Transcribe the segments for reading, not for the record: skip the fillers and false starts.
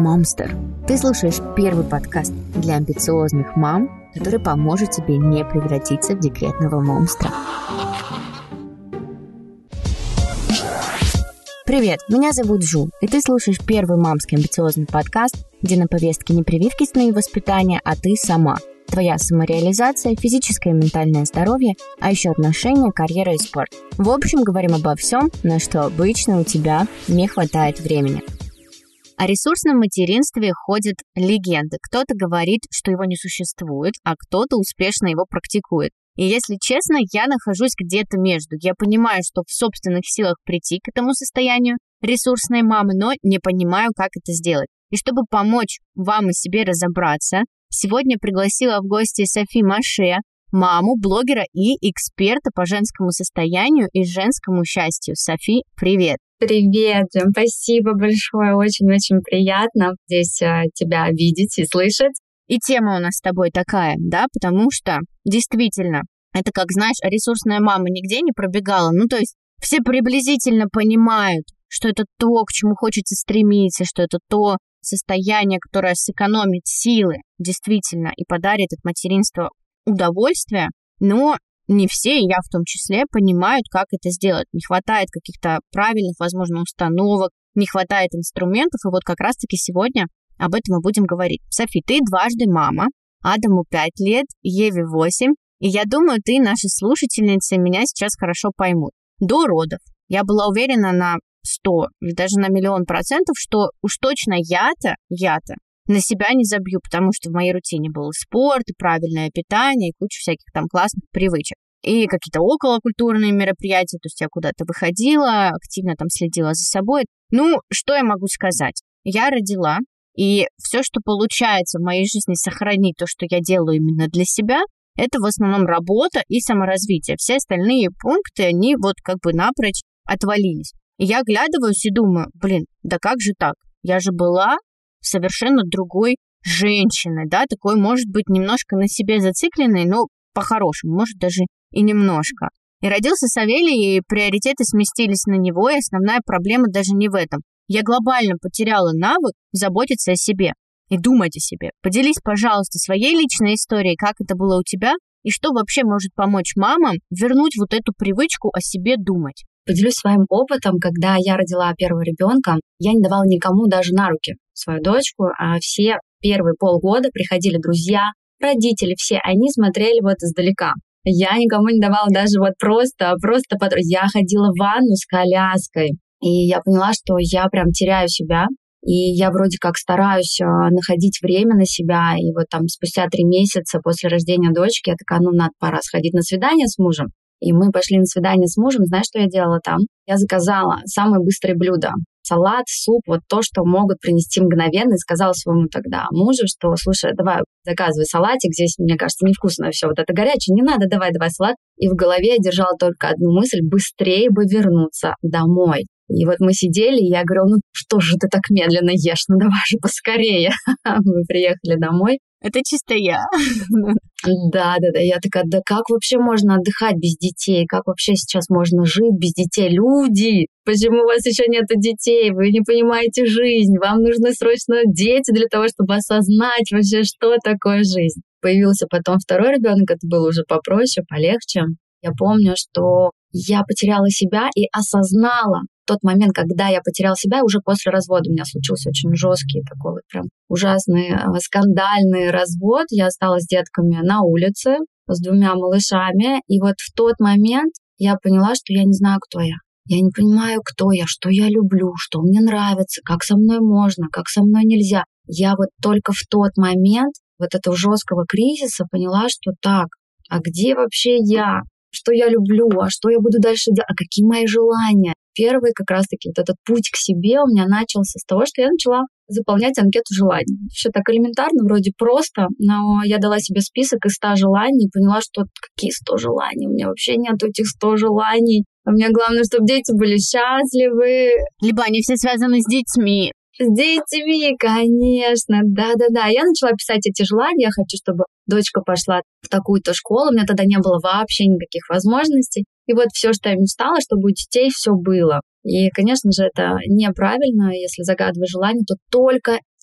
Momster. Ты слушаешь первый подкаст для амбициозных мам, который поможет тебе не превратиться в декретного монстра. Привет, меня зовут Жу, и ты слушаешь первый мамский амбициозный подкаст, где на повестке не прививки сна и воспитания, а ты сама. Твоя самореализация, физическое и ментальное здоровье, а еще отношения, карьера и спорт. В общем, говорим обо всем, на что обычно у тебя не хватает времени. О ресурсном материнстве ходят легенды. Кто-то говорит, что его не существует, а кто-то успешно его практикует. И если честно, я нахожусь где-то между. Я понимаю, что в собственных силах прийти к этому состоянию ресурсной мамы, но не понимаю, как это сделать. И чтобы помочь вам и себе разобраться, сегодня пригласила в гости Софи Маше, маму, блогера и эксперта по женскому состоянию и женскому счастью. Софи, привет! Привет, Джем, спасибо большое, очень-очень приятно здесь тебя видеть и слышать. И тема у нас с тобой такая, да, потому что действительно, это как, знаешь, ресурсная мама нигде не пробегала, то есть все приблизительно понимают, что это то, к чему хочется стремиться, что это то состояние, которое сэкономит силы, действительно, и подарит от материнства удовольствие, но не все, и я в том числе, понимают, как это сделать. Не хватает каких-то правильных, возможно, установок, не хватает инструментов, и вот как раз-таки сегодня об этом мы будем говорить. Софи, ты дважды мама, Адаму 5 лет, Еве 8, и я думаю, ты, наши слушательницы, меня сейчас хорошо поймут. До родов я была уверена на 100 или даже на 1,000,000%, что уж точно я-то на себя не забью, потому что в моей рутине был и спорт, и правильное питание, и куча всяких там классных привычек. И какие-то околокультурные мероприятия, то есть я куда-то выходила, активно там следила за собой. Что я могу сказать? Я родила, и все, что получается в моей жизни сохранить то, что я делаю именно для себя, это в основном работа и саморазвитие. Все остальные пункты, они вот как бы напрочь отвалились. И я оглядываюсь и думаю, да как же так? Я же была совершенно другой женщиной, да, такой, может быть, немножко на себе зацикленной, но по-хорошему, может, даже и немножко. И родился Савелий, и приоритеты сместились на него, и основная проблема даже не в этом. Я глобально потеряла навык заботиться о себе и думать о себе. Поделись, пожалуйста, своей личной историей, как это было у тебя, и что вообще может помочь мамам вернуть вот эту привычку о себе думать. Поделюсь своим опытом, когда я родила первого ребенка, я не давала никому даже на руки свою дочку, а все первые полгода приходили друзья, родители, все, они смотрели вот издалека. Я никому не давала даже вот просто я ходила в ванну с коляской, и я поняла, что я прям теряю себя, и я вроде как стараюсь находить время на себя, и вот там спустя 3 месяца после рождения дочки я такая, пора сходить на свидание с мужем. И мы пошли на свидание с мужем. Знаешь, что я делала там? Я заказала самые быстрые блюда. Салат, суп, вот то, что могут принести мгновенно. И сказала своему тогда мужу, что, слушай, давай заказывай салатик. Здесь, мне кажется, невкусно все. Вот это горячее, не надо, давай салат. И в голове я держала только одну мысль: быстрее бы вернуться домой. И вот мы сидели, и я говорю, что же ты так медленно ешь? Давай же поскорее. Мы приехали домой. Это чисто я. Да. Я такая, да как вообще можно отдыхать без детей? Как вообще сейчас можно жить без детей? Люди, почему у вас еще нет детей? Вы не понимаете жизнь. Вам нужны срочно дети для того, чтобы осознать вообще, что такое жизнь. Появился потом второй ребенок, это было уже попроще, полегче. Я помню, что я потеряла себя и осознала тот момент, когда я потеряла себя, уже после развода у меня случился очень жесткий такой вот прям ужасный, скандальный развод. Я осталась с детками на улице с 2 малышами. И вот в тот момент я поняла, что я не знаю, кто я. Я не понимаю, кто я, что я люблю, что мне нравится, как со мной можно, как со мной нельзя. Я вот только в тот момент вот этого жесткого кризиса поняла, что так, а где вообще я? Что я люблю, а что я буду дальше делать, а какие мои желания. Первый как раз-таки вот этот путь к себе у меня начался с того, что я начала заполнять анкету желаний. Все так элементарно, вроде просто, но я дала себе список из 100 желаний и поняла, что какие 100 желаний, у меня вообще нет этих 100 желаний. У меня главное, чтобы дети были счастливы. Либо они все связаны с детьми. С детьми, конечно, да. Я начала писать эти желания. Я хочу, чтобы дочка пошла в такую-то школу. У меня тогда не было вообще никаких возможностей. И вот все, что я мечтала, чтобы у детей все было. И, конечно же, это неправильно. Если загадываешь желание, то только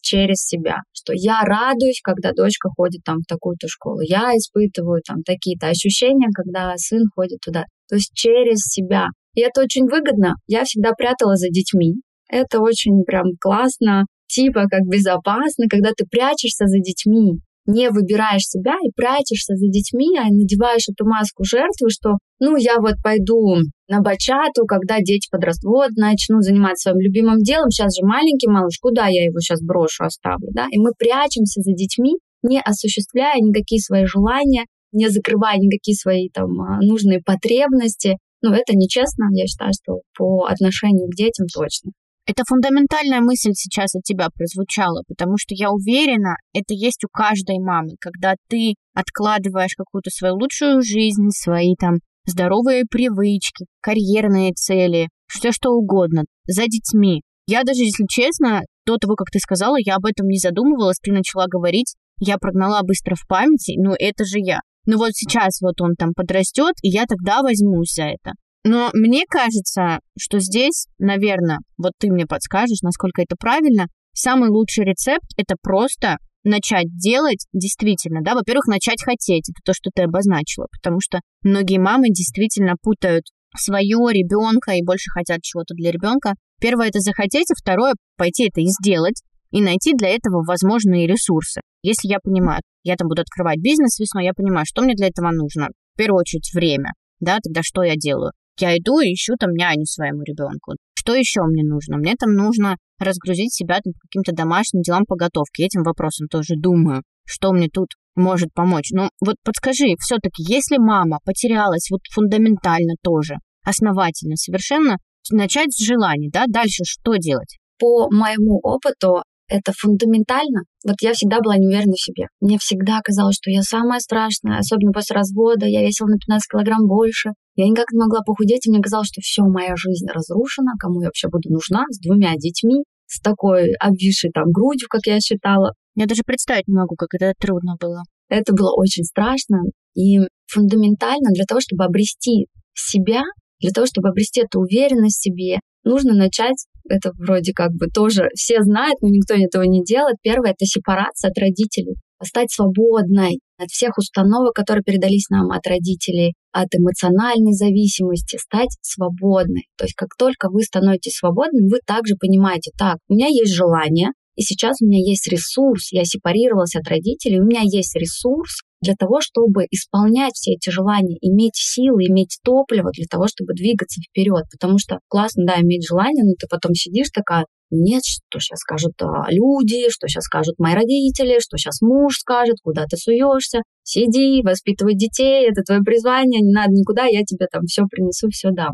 через себя, что я радуюсь, когда дочка ходит там в такую-то школу, я испытываю там такие-то ощущения, когда сын ходит туда, то есть через себя. И это очень выгодно. Я всегда прятала за детьми. Это очень прям классно, типа как безопасно, когда ты прячешься за детьми, не выбираешь себя и прячешься за детьми, а надеваешь эту маску жертвы, что я вот пойду на бачату, когда дети подрастут, начну заниматься своим любимым делом, сейчас же маленький малыш, куда я его сейчас брошу, оставлю, да? И мы прячемся за детьми, не осуществляя никакие свои желания, не закрывая никакие свои там нужные потребности. Это нечестно, я считаю, что по отношению к детям точно. Это фундаментальная мысль сейчас от тебя прозвучала, потому что я уверена, это есть у каждой мамы, когда ты откладываешь какую-то свою лучшую жизнь, свои там здоровые привычки, карьерные цели, все что угодно, за детьми. Я даже, если честно, до того, как ты сказала, я об этом не задумывалась, ты начала говорить, я прогнала быстро в памяти, это же я. Вот сейчас вот он там подрастет, и я тогда возьмусь за это. Но мне кажется, что здесь, наверное, вот ты мне подскажешь, насколько это правильно, самый лучший рецепт – это просто начать делать действительно, да, во-первых, начать хотеть, это то, что ты обозначила, потому что многие мамы действительно путают свое ребенка и больше хотят чего-то для ребенка. Первое – это захотеть, а второе – пойти это и сделать, и найти для этого возможные ресурсы. Если я понимаю, я там буду открывать бизнес весной, я понимаю, что мне для этого нужно. В первую очередь время, да, тогда что я делаю? Я иду и ищу там няню своему ребенку. Что еще мне нужно? Мне там нужно разгрузить себя там, по каким-то домашним делам по готовке. Этим вопросом тоже думаю, что мне тут может помочь. Вот подскажи, все-таки, если мама потерялась вот фундаментально тоже, основательно совершенно, начать с желаний, да, дальше что делать? По моему опыту, это фундаментально. Вот я всегда была неуверена в себе. Мне всегда казалось, что я самая страшная, особенно после развода. Я весила на 15 килограмм больше. Я никак не могла похудеть, и мне казалось, что все, моя жизнь разрушена. Кому я вообще буду нужна? С 2 детьми, с такой обвисшей там грудью, как я считала. Я даже представить не могу, как это трудно было. Это было очень страшно. И фундаментально для того, чтобы обрести себя, для того, чтобы обрести эту уверенность в себе, нужно начать, это вроде как бы тоже все знают, но никто этого не делает. Первое – это сепарация от родителей. Стать свободной от всех установок, которые передались нам от родителей, от эмоциональной зависимости, стать свободной. То есть как только вы становитесь свободным, вы также понимаете, так, у меня есть желание, и сейчас у меня есть ресурс, я сепарировалась от родителей, у меня есть ресурс для того, чтобы исполнять все эти желания, иметь силы, иметь топливо для того, чтобы двигаться вперед. Потому что классно, да, иметь желание, но ты потом сидишь такая, нет, что сейчас скажут люди, что сейчас скажут мои родители, что сейчас муж скажет, куда ты суешься. Сиди, воспитывай детей, это твое призвание, не надо никуда, я тебе там все принесу, все дам.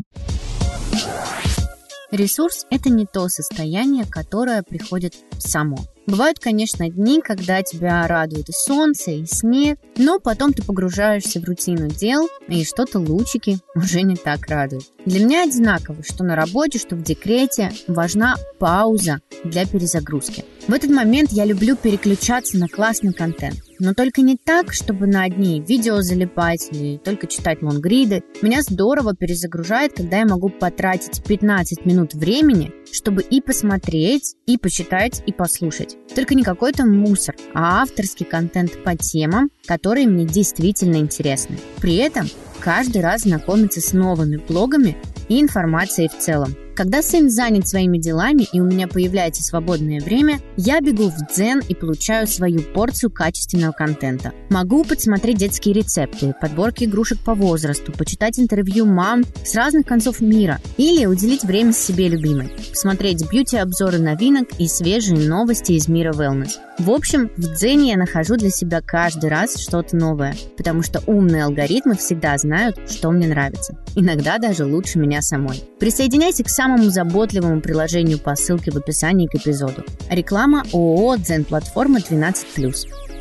Ресурс – это не то состояние, которое приходит само. Бывают, конечно, дни, когда тебя радует и солнце, и снег, но потом ты погружаешься в рутину дел, и что-то лучики уже не так радуют. Для меня одинаково, что на работе, что в декрете, важна пауза для перезагрузки. В этот момент я люблю переключаться на классный контент. Но только не так, чтобы на одни видео залипать или только читать лонгриды. Меня здорово перезагружает, когда я могу потратить 15 минут времени, чтобы и посмотреть, и почитать, и послушать. Только не какой-то мусор, а авторский контент по темам, которые мне действительно интересны. При этом каждый раз знакомиться с новыми блогами и информацией в целом. Когда сын занят своими делами и у меня появляется свободное время, я бегу в Дзен и получаю свою порцию качественного контента. Могу подсмотреть детские рецепты, подборки игрушек по возрасту, почитать интервью мам с разных концов мира или уделить время себе любимой, посмотреть бьюти-обзоры новинок и свежие новости из мира wellness. В общем, в Дзене я нахожу для себя каждый раз что-то новое, потому что умные алгоритмы всегда знают, что мне нравится. Иногда даже лучше меня самой. Присоединяйся к самому заботливому приложению по ссылке в описании к эпизоду. Реклама ООО «Дзен-платформа 12+.»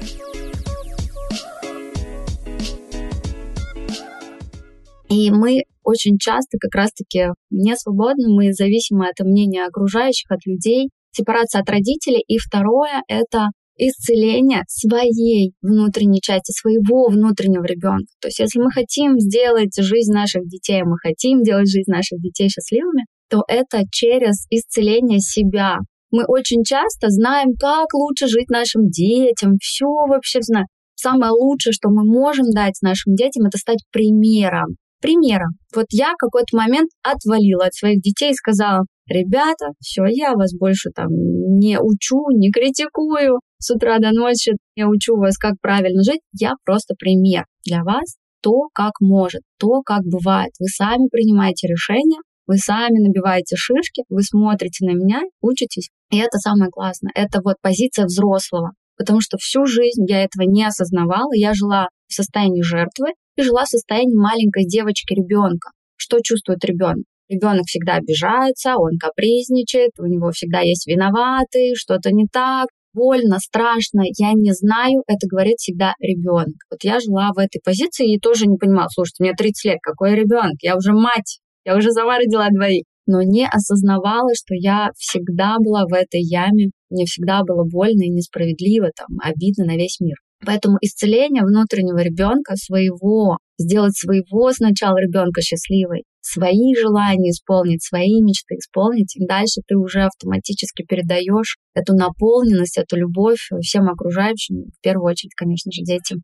И мы очень часто как раз-таки не свободны, мы зависимы от мнения окружающих, от людей, сепарация от родителей. И второе – это исцеление своей внутренней части, своего внутреннего ребенка. То есть если мы хотим сделать жизнь наших детей, мы хотим делать жизнь наших детей счастливыми, то это через исцеление себя. Мы очень часто знаем, как лучше жить нашим детям, все вообще знаем. Самое лучшее, что мы можем дать нашим детям, это стать примером. Примером. Вот я в какой-то момент отвалила от своих детей и сказала: ребята, все, я вас больше там не учу, не критикую с утра до ночи, не учу вас, как правильно жить. Я просто пример для вас, то, как может, то, как бывает. Вы сами принимаете решения, вы сами набиваете шишки, вы смотрите на меня, учитесь. И это самое классное. Это вот позиция взрослого. Потому что всю жизнь я этого не осознавала. Я жила в состоянии жертвы и жила в состоянии маленькой девочки-ребенка. Что чувствует ребенок? Ребенок всегда обижается, он капризничает, у него всегда есть виноватый, что-то не так, больно, страшно, я не знаю, это говорит всегда ребенок. Вот я жила в этой позиции и тоже не понимала: слушайте, мне 30 лет, какой ребенок? Я уже мать, я уже сама родила двоих. Но не осознавала, что я всегда была в этой яме, мне всегда было больно и несправедливо, там, обидно на весь мир. Поэтому исцеление внутреннего ребенка своего, сделать своего сначала ребенка счастливой, свои желания исполнить, свои мечты исполнить, и дальше ты уже автоматически передаешь эту наполненность, эту любовь всем окружающим, в первую очередь, конечно же, детям.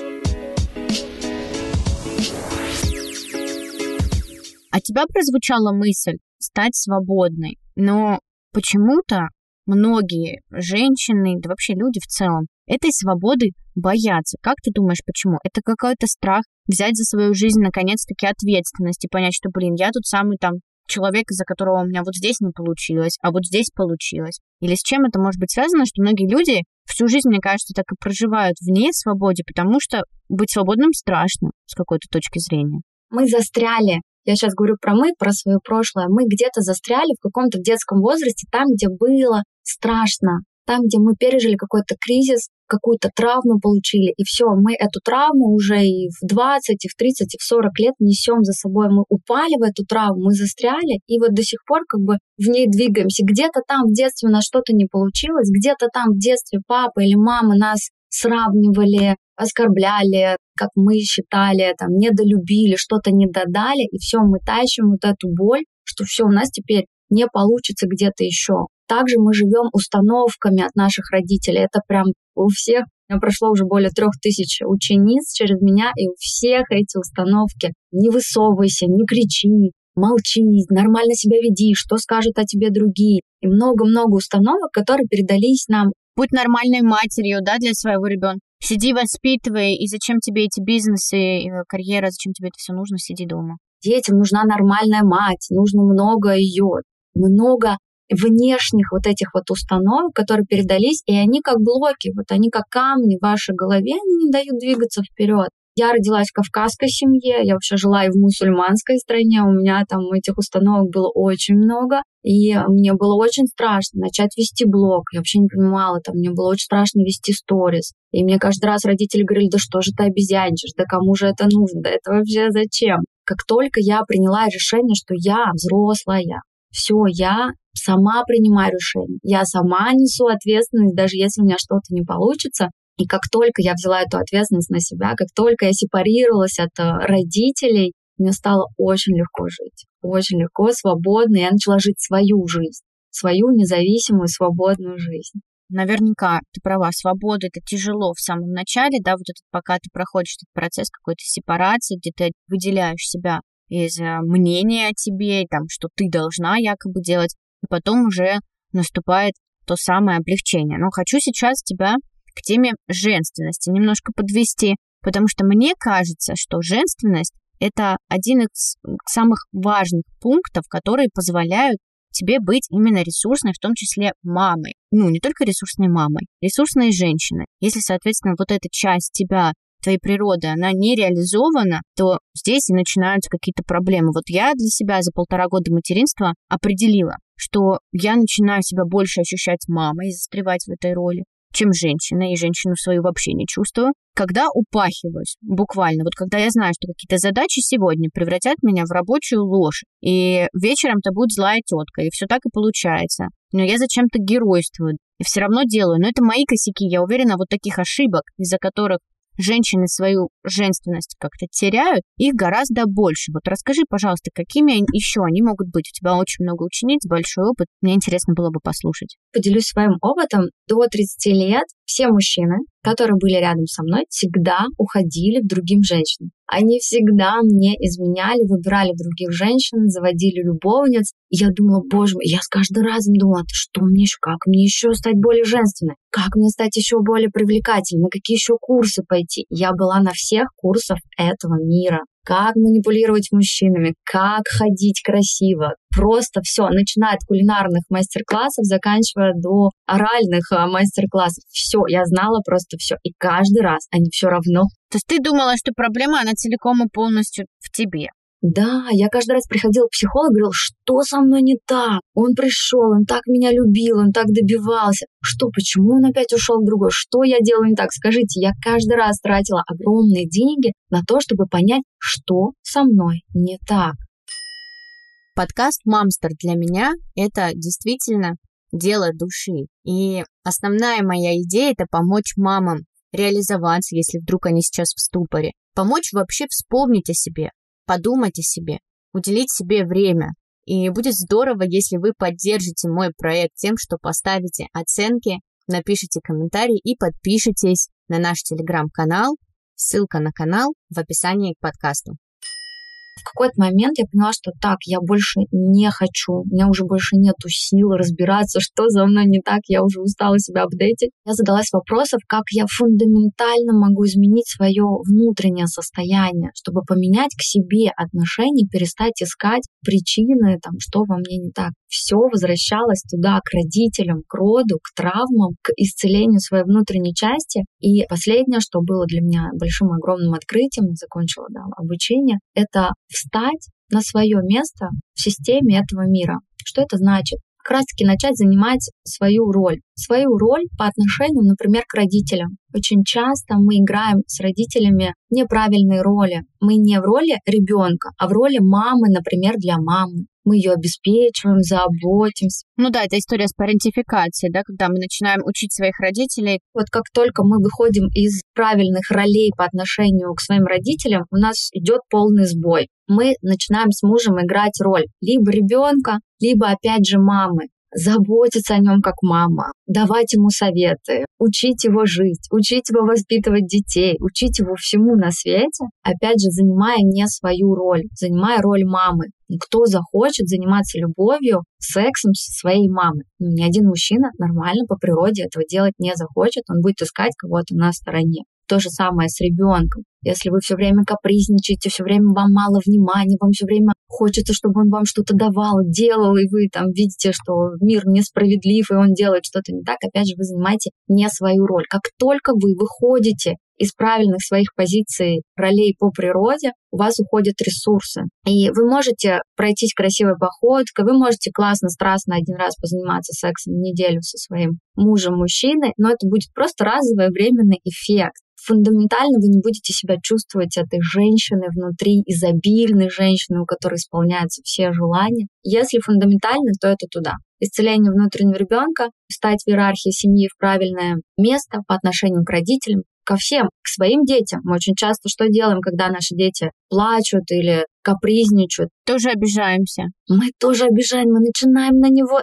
От тебя прозвучала мысль стать свободной, но почему-то многие женщины, да вообще люди в целом, этой свободы боятся. Как ты думаешь, почему? Это какой-то страх взять за свою жизнь наконец-таки ответственность и понять, что, я тут самый там человек, из-за которого у меня вот здесь не получилось, а вот здесь получилось. Или с чем это может быть связано, что многие люди всю жизнь, мне кажется, так и проживают в несвободе, потому что быть свободным страшно с какой-то точки зрения. Мы застряли. Я сейчас говорю про свое прошлое. Мы где-то застряли в каком-то детском возрасте, там, где было страшно, там, где мы пережили какой-то кризис, какую-то травму получили, и все, мы эту травму уже и в 20, и в 30, и в 40 лет несем за собой. Мы упали в эту травму, мы застряли, и вот до сих пор как бы в ней двигаемся. Где-то там в детстве у нас что-то не получилось, где-то там в детстве папа или мама нас сравнивали, оскорбляли, как мы считали, там, недолюбили, что-то не додали, и все, мы тащим вот эту боль, что все, у нас теперь не получится где-то еще. Также мы живем установками от наших родителей. Это прям у всех. У меня прошло уже более 3000 учениц через меня, и у всех эти установки. Не высовывайся, не кричи, молчи, нормально себя веди, что скажут о тебе другие. И много-много установок, которые передались нам. Будь нормальной матерью, да, для своего ребенка. Сиди, воспитывай, и зачем тебе эти бизнесы, и карьера, зачем тебе это все нужно, сиди дома. Детям нужна нормальная мать, нужно много ее, много внешних вот этих вот установок, которые передались, и они как блоки, вот они как камни в вашей голове, они не дают двигаться вперед. Я родилась в кавказской семье, я вообще жила и в мусульманской стране, у меня там этих установок было очень много, и мне было очень страшно начать вести блог, я вообще не понимала, там мне было очень страшно вести сторис, и мне каждый раз родители говорили: да что же ты обезьяничаешь, да кому же это нужно, да это вообще зачем? Как только я приняла решение, что я взрослая, все, я сама принимаю решение, я сама несу ответственность, даже если у меня что-то не получится. И как только я взяла эту ответственность на себя, как только я сепарировалась от родителей, мне стало очень легко жить. Очень легко, свободно. Я начала жить свою жизнь, свою независимую, свободную жизнь. Наверняка ты права, свобода — это тяжело в самом начале, да, вот этот, пока ты проходишь этот процесс какой-то сепарации, где ты выделяешь себя из мнения о тебе, там, что ты должна якобы делать, и потом уже наступает то самое облегчение. Но хочу сейчас тебя к теме женственности немножко подвести, потому что мне кажется, что женственность — это один из самых важных пунктов, которые позволяют тебе быть именно ресурсной, в том числе мамой. Ну, не только ресурсной мамой, ресурсной женщиной. Если, соответственно, вот эта часть тебя, твоей природы, она не реализована, то здесь и начинаются какие-то проблемы. Вот я для себя за 1,5 года материнства определила, что я начинаю себя больше ощущать мамой, застревать в этой роли, чем женщина, и женщину свою вообще не чувствую. Когда упахиваюсь, буквально, вот когда я знаю, что какие-то задачи сегодня превратят меня в рабочую лошадь, и вечером-то будет злая тетка, и все так и получается. Но я зачем-то геройствую, и все равно делаю. Но это мои косяки, я уверена, вот таких ошибок, из-за которых женщины свою женственность как-то теряют, их гораздо больше. Вот расскажи, пожалуйста, какими еще они могут быть? У тебя очень много учениц, большой опыт. Мне интересно было бы послушать. Поделюсь своим опытом. До 30 лет все мужчины, которые были рядом со мной, всегда уходили к другим женщинам. Они всегда мне изменяли, выбирали других женщин, заводили любовниц. И я думала, боже мой, я с каждым разом думала, что мне еще, как мне еще стать более женственной? Как мне стать еще более привлекательной? На какие еще курсы пойти? Я была на всех курсах этого мира. Как манипулировать мужчинами, как ходить красиво. Просто все, начиная от кулинарных мастер-классов, заканчивая до оральных мастер-классов. Все, я знала просто все. И каждый раз они все равно. То есть ты думала, что проблема, она целиком и полностью в тебе? Да, я каждый раз приходила к психологу и говорила, что со мной не так? Он пришел, он так меня любил, он так добивался. Что, почему он опять ушел к другой? Что я делаю не так? Скажите, я каждый раз тратила огромные деньги на то, чтобы понять, что со мной не так. Подкаст «Мамстер» для меня – это действительно дело души. И основная моя идея – это помочь мамам реализоваться, если вдруг они сейчас в ступоре. Помочь вообще вспомнить о себе, подумать о себе, уделить себе время. И будет здорово, если вы поддержите мой проект тем, что поставите оценки, напишите комментарий и подпишитесь на наш телеграм-канал. Ссылка на канал в описании к подкасту. В какой-то момент я поняла, что так, я больше не хочу, у меня уже больше нету сил разбираться, что за мной не так, я уже устала себя апдейтить. Я задалась вопросом, как я фундаментально могу изменить свое внутреннее состояние, чтобы поменять к себе отношение, перестать искать причины, что во мне не так. Все возвращалось туда, к родителям, к роду, к травмам, к исцелению своей внутренней части. И последнее, что было для меня большим огромным открытием, закончила обучение, это встать на свое место в системе этого мира. Что это значит? Как раз-таки начать занимать свою роль. Свою роль по отношению, например, к родителям. Очень часто мы играем с родителями неправильные роли. Мы не в роли ребенка, а в роли мамы, например, для мамы. Мы ее обеспечиваем, заботимся. Ну да, это история с парентификацией, да, когда мы начинаем учить своих родителей. Вот как только мы выходим из правильных ролей по отношению к своим родителям, у нас идет полный сбой. Мы начинаем с мужем играть роль либо ребенка, либо опять же мамы. Заботиться о нем как мама, давать ему советы, учить его жить, учить его воспитывать детей, учить его всему на свете, опять же, занимая не свою роль, занимая роль мамы. Кто захочет заниматься любовью, сексом со своей мамой? Ни один мужчина нормально по природе этого делать не захочет, он будет искать кого-то на стороне. То же самое с ребенком. Если вы все время капризничаете, все время вам мало внимания, вам все время хочется, чтобы он вам что-то давал, делал, и вы видите, что мир несправедлив, и он делает что-то не так, опять же, вы занимаете не свою роль. Как только вы выходите из правильных своих позиций, ролей по природе, у вас уходят ресурсы. И вы можете пройтись красивой походкой, вы можете классно, страстно один раз позаниматься сексом в неделю со своим мужем-мужчиной, но это будет просто разовый временный эффект. Фундаментально вы не будете себя чувствовать этой женщиной внутри, изобильной женщиной, у которой исполняются все желания. Если фундаментально, то это туда. Исцеление внутреннего ребенка, встать в иерархии семьи в правильное место по отношению к родителям, ко всем, к своим детям. Мы очень часто что делаем, когда наши дети плачут или капризничают? Тоже обижаемся. Мы тоже обижаем, мы начинаем на него,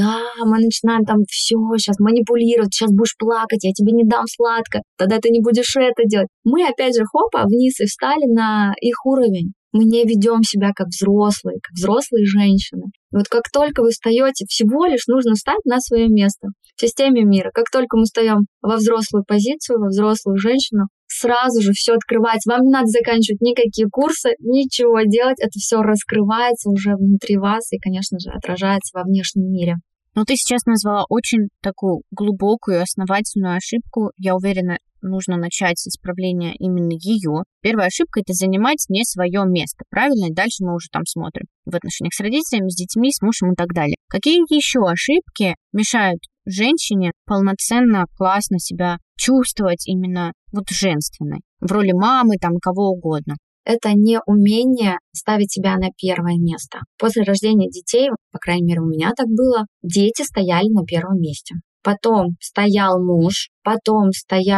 мы начинаем все, сейчас манипулировать, сейчас будешь плакать, я тебе не дам сладко, тогда ты не будешь это делать. Мы опять же, вниз и встали на их уровень. Мы не ведем себя как взрослые женщины. И вот как только вы встаете, всего лишь нужно встать на свое место в системе мира. Как только мы встаем во взрослую позицию, во взрослую женщину, сразу же все открывается. Вам не надо заканчивать никакие курсы, ничего делать. Это все раскрывается уже внутри вас и, конечно же, отражается во внешнем мире. Но ты сейчас назвала очень такую глубокую, основательную ошибку. Я уверена, нужно начать с исправления именно ее. Первая ошибка – это занимать не свое место, правильно? И дальше мы уже смотрим в отношениях с родителями, с детьми, с мужем и так далее. Какие еще ошибки мешают женщине полноценно, классно себя чувствовать именно женственной, в роли мамы, кого угодно? Это неумение ставить себя на первое место. После рождения детей, по крайней мере, у меня так было, дети стояли на первом месте. Потом стоял муж, потом стояли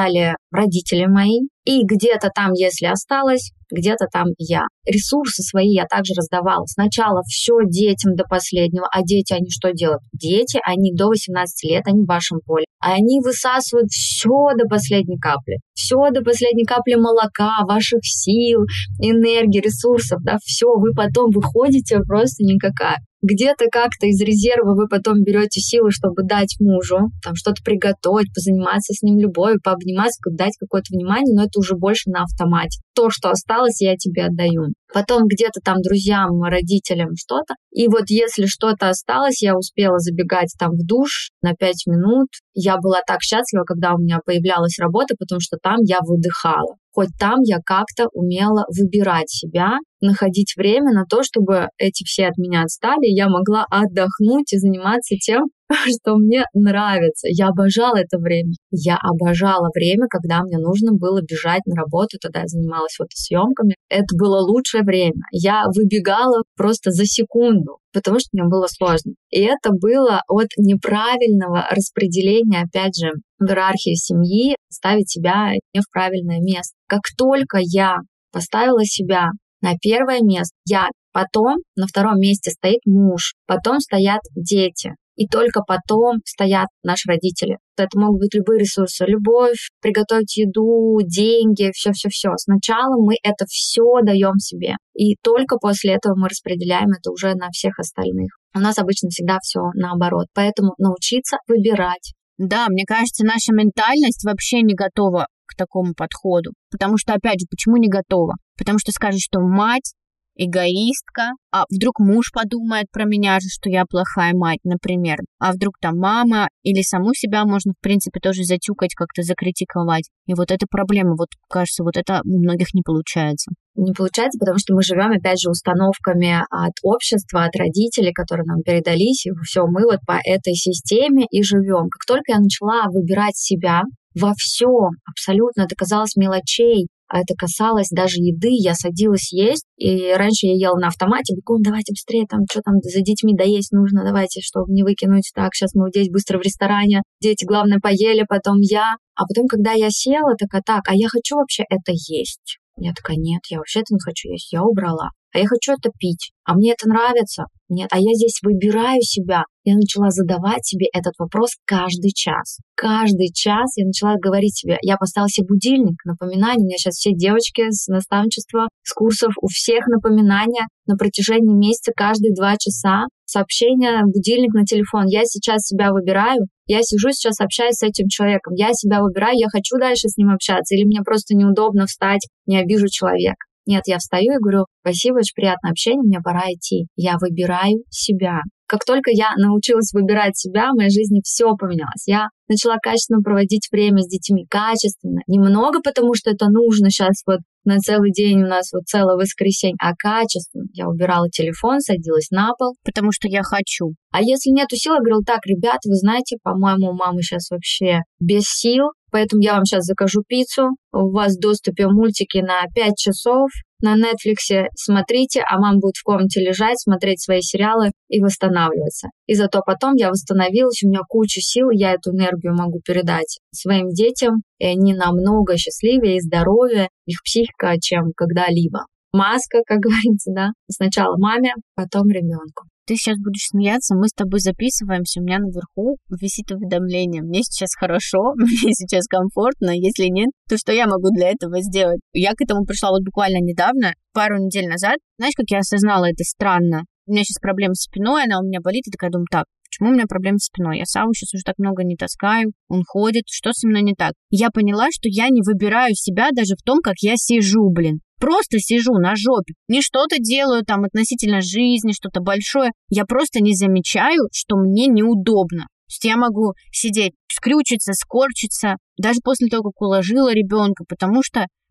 родители мои, и где-то там, если осталось, где-то там я. Ресурсы свои я также раздавала. Сначала все детям до последнего, а дети, они что делают? Дети, они до 18 лет, они в вашем поле. Они высасывают все до последней капли. Все до последней капли молока, ваших сил, энергии, ресурсов, да, все, вы потом выходите просто никакая. Где-то как-то из резерва вы потом берете силы, чтобы дать мужу, там что-то приготовить, позаниматься с ним любовью, пообниматься, дать какое-то внимание, но это уже больше на автомате. То, что осталось, я тебе отдаю. Потом где-то там друзьям, родителям что-то. И вот если что-то осталось, я успела забегать там в душ на 5 минут. Я была так счастлива, когда у меня появлялась работа, потому что там я выдыхала. Хоть там я как-то умела выбирать себя, находить время на то, чтобы эти все от меня отстали, и я могла отдохнуть и заниматься тем, что мне нравится. Я обожала это время. Я обожала время, когда мне нужно было бежать на работу. Тогда я занималась фотосъемками. Это было лучшее время. Я выбегала просто за секунду, потому что мне было сложно. И это было от неправильного распределения, опять же, в иерархии семьи, ставить себя не в правильное место. Как только я поставила себя на первое место, потом на втором месте стоит муж, потом стоят дети. И только потом стоят наши родители. Это могут быть любые ресурсы. Любовь, приготовить еду, деньги, все-все-все. Сначала мы это все даем себе. И только после этого мы распределяем это уже на всех остальных. У нас обычно всегда все наоборот. Поэтому научиться выбирать. Да, мне кажется, наша ментальность вообще не готова к такому подходу. Потому что, опять же, почему не готова? Потому что скажет, что мать эгоистка, а вдруг муж подумает про меня же, что я плохая мать, например, а вдруг там мама, или саму себя можно, в принципе, тоже затюкать, как-то закритиковать. И вот эта проблема, вот кажется, вот это у многих не получается. Не получается, потому что мы живем, опять же, установками от общества, от родителей, которые нам передались, и все, мы вот по этой системе и живем. Как только я начала выбирать себя во всем, абсолютно, это казалось мелочей, а это касалось даже еды, я садилась есть, и раньше я ела на автомате, бегом, давайте быстрее, там, что там за детьми доесть нужно, давайте, чтобы не выкинуть, так, сейчас мы здесь быстро в ресторане, дети, главное, поели, потом я. А потом, когда я села, так, а я хочу вообще это есть? Я такая, нет, я вообще это не хочу есть, я убрала. А я хочу это пить, а мне это нравится? Нет, а я здесь выбираю себя. Я начала задавать себе этот вопрос каждый час. Каждый час я начала говорить себе, я поставила себе будильник, напоминание. У меня сейчас все девочки с наставничества, с курсов, у всех напоминания на протяжении месяца каждые 2 часа. Сообщение, будильник на телефон. Я сейчас себя выбираю. Я сижу сейчас, общаюсь с этим человеком. Я себя выбираю, я хочу дальше с ним общаться. Или мне просто неудобно встать, не обижу человека. Нет, я встаю и говорю, спасибо, очень приятное общение, мне пора идти. Я выбираю себя. Как только я научилась выбирать себя, в моей жизни все поменялось. Я начала качественно проводить время с детьми, качественно. Немного, потому что это нужно сейчас вот на целый день у нас вот целое воскресенье, а качественно. Я убирала телефон, садилась на пол. Потому что я хочу. А если нету сил, я говорила, так, ребята, вы знаете, по-моему, у мамы сейчас вообще без сил, поэтому я вам сейчас закажу пиццу, у вас в доступе мультики на 5 часов, на Netflix смотрите, а мама будет в комнате лежать, смотреть свои сериалы и восстанавливаться. И зато потом я восстановилась, у меня куча сил, я эту энергию могу передать своим детям, и они намного счастливее и здоровее, их психика, чем когда-либо. Маска, как говорится, да. Сначала маме, потом ребенку. Ты сейчас будешь смеяться, мы с тобой записываемся, у меня наверху висит уведомление. Мне сейчас хорошо, мне сейчас комфортно, если нет, то что я могу для этого сделать? Я к этому пришла вот буквально недавно, пару недель назад. Знаешь, как я осознала это странно? У меня сейчас проблема с спиной, она у меня болит, и такая думаю, так, почему у меня проблемы с спиной? Я Саву сейчас уже так много не таскаю, он ходит, что со мной не так? Я поняла, что я не выбираю себя даже в том, как я сижу, блин. Просто сижу на жопе, не что-то делаю там относительно жизни, что-то большое. Я просто не замечаю, что мне неудобно. То есть я могу сидеть, скрючиться, скорчиться, даже после того, как уложила ребенка, потому что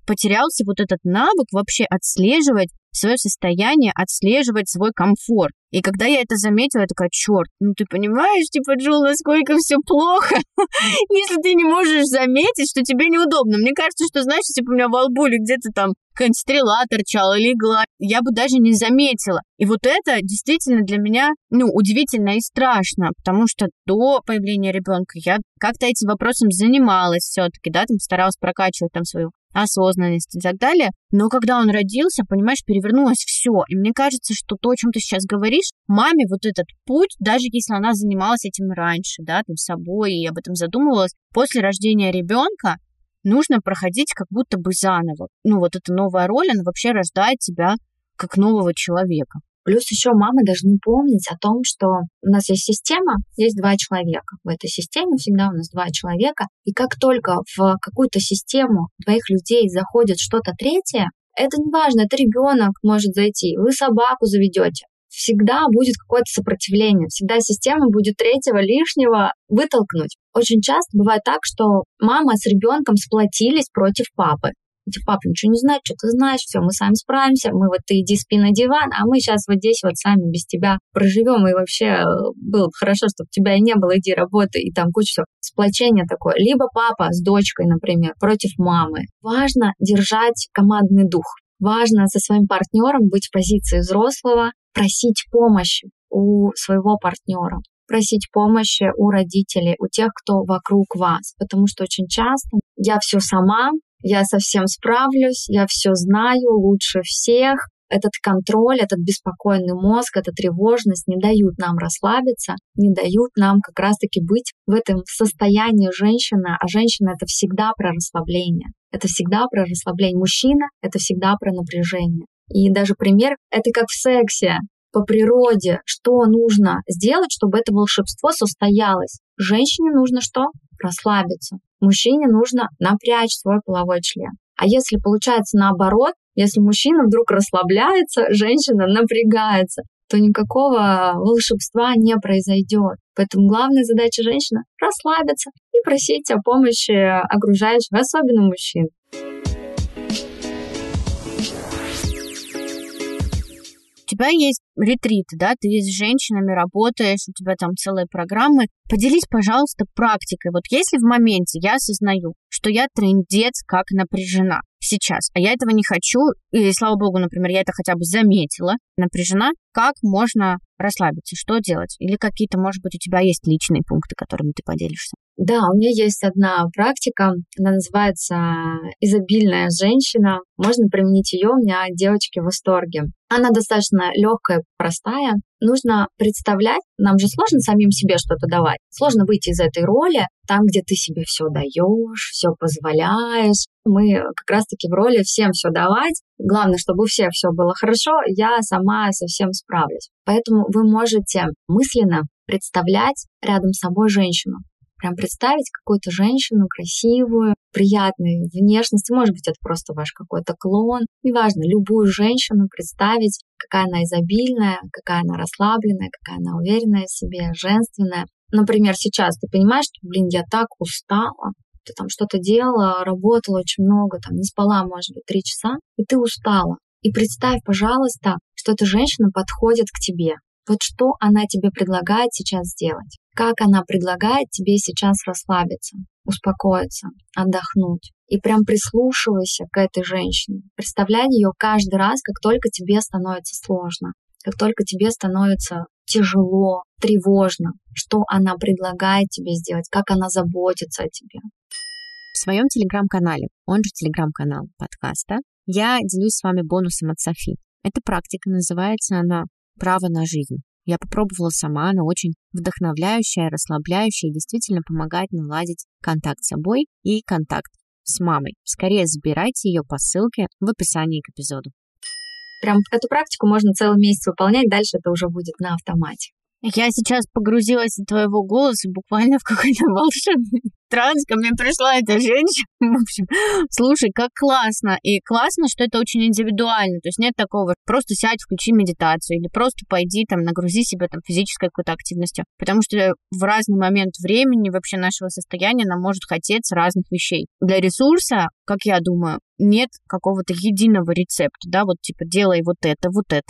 потерялся вот этот навык вообще отслеживать свое состояние, отслеживать свой комфорт. И когда я это заметила, я такая, черт, ну ты понимаешь, типа, Джул, насколько все плохо, если ты не можешь заметить, что тебе неудобно. Мне кажется, что, знаешь, если бы у меня во лбу или где-то там какая-нибудь стрела торчала или игла, я бы даже не заметила. И вот это действительно для меня, удивительно и страшно, потому что до появления ребенка я как-то этим вопросом занималась все-таки, да, там старалась прокачивать там свою осознанность и так далее. Но когда он родился, понимаешь, перевернулось все. И мне кажется, что то, о чем ты сейчас говоришь, маме вот этот путь, даже если она занималась этим раньше, да, там, собой и об этом задумывалась, после рождения ребенка нужно проходить как будто бы заново. Вот эта новая роль, она вообще рождает тебя как нового человека. Плюс еще мамы должны помнить о том, что у нас есть система, есть 2 человека. В этой системе всегда у нас 2 человека. И как только в какую-то систему 2 людей заходит что-то третье, это не важно, это ребенок может зайти, вы собаку заведете. Всегда будет какое-то сопротивление, всегда система будет третьего лишнего вытолкнуть. Очень часто бывает так, что мама с ребенком сплотились против папы. Папа ничего не знает, что ты знаешь, все, мы сами справимся, ты иди спи на диван, а мы сейчас вот здесь вот сами без тебя проживем, и вообще было бы хорошо, чтобы тебя и не было, иди работай, и там куча всего. Сплочение такое. Либо папа с дочкой, например, против мамы. Важно держать командный дух. Важно со своим партнером быть в позиции взрослого, просить помощи у своего партнера, просить помощи у родителей, у тех, кто вокруг вас, потому что очень часто я все сама, я совсем справлюсь, я все знаю лучше всех. Этот контроль, этот беспокойный мозг, эта тревожность не дают нам расслабиться, не дают нам как раз-таки быть в этом состоянии женщины. А женщина — это всегда про расслабление. Это всегда про расслабление. Мужчина — это всегда про напряжение. И даже пример — это как в сексе. По природе, что нужно сделать, чтобы это волшебство состоялось? Женщине нужно что? Расслабиться. Мужчине нужно напрячь свой половой член. А если получается наоборот, если мужчина вдруг расслабляется, женщина напрягается, то никакого волшебства не произойдет. Поэтому главная задача женщины — расслабиться и просить о помощи окружающих, особенно мужчин. У тебя есть ретриты, да, ты с женщинами работаешь, у тебя там целые программы. Поделись, пожалуйста, практикой. Вот если в моменте я осознаю, что я трындец как напряжена сейчас, а я этого не хочу, и, слава богу, например, я это хотя бы заметила, напряжена, как можно расслабиться, что делать? Или какие-то, может быть, у тебя есть личные пункты, которыми ты поделишься? Да, у меня есть одна практика, она называется «Изобильная женщина». Можно применить ее, у меня девочки в восторге. Она достаточно легкая, простая. Нужно представлять, нам же сложно самим себе что-то давать. Сложно выйти из этой роли, там, где ты себе все даешь, все позволяешь. Мы как раз-таки в роли всем все давать. Главное, чтобы у всех все было хорошо, я сама со всем справлюсь. Поэтому вы можете мысленно представлять рядом с собой женщину. Прям представить какую-то женщину красивую, приятной внешности. Может быть, это просто ваш какой-то клон. Неважно, любую женщину представить, какая она изобильная, какая она расслабленная, какая она уверенная в себе, женственная. Например, сейчас ты понимаешь, что, я так устала, ты там что-то делала, работала очень много, там не спала, может быть, 3 часа, и ты устала. И представь, пожалуйста, что эта женщина подходит к тебе. Вот что она тебе предлагает сейчас сделать? Как она предлагает тебе сейчас расслабиться, успокоиться, отдохнуть? И прям прислушивайся к этой женщине. Представляй ее каждый раз, как только тебе становится сложно, как только тебе становится тяжело, тревожно, что она предлагает тебе сделать, как она заботится о тебе. В своем телеграм-канале, он же телеграм-канал подкаста, я делюсь с вами бонусом от Софи. Эта практика, называется она «Право на жизнь». Я попробовала сама, она очень вдохновляющая, расслабляющая и действительно помогает наладить контакт с собой и контакт с мамой. Скорее забирайте ее по ссылке в описании к эпизоду. Прям эту практику можно целый месяц выполнять, дальше это уже будет на автомате. Я сейчас погрузилась от твоего голоса буквально в какой-то волшебный транс. Ко мне пришла эта женщина. В общем, слушай, как классно. И классно, что это очень индивидуально. То есть нет такого, просто сядь, включи медитацию. Или просто пойди, там, нагрузи себя там физической какой-то активностью. Потому что в разный момент времени вообще нашего состояния нам может хотеться разных вещей. Для ресурса, как я думаю, нет какого-то единого рецепта, да, вот типа делай вот это,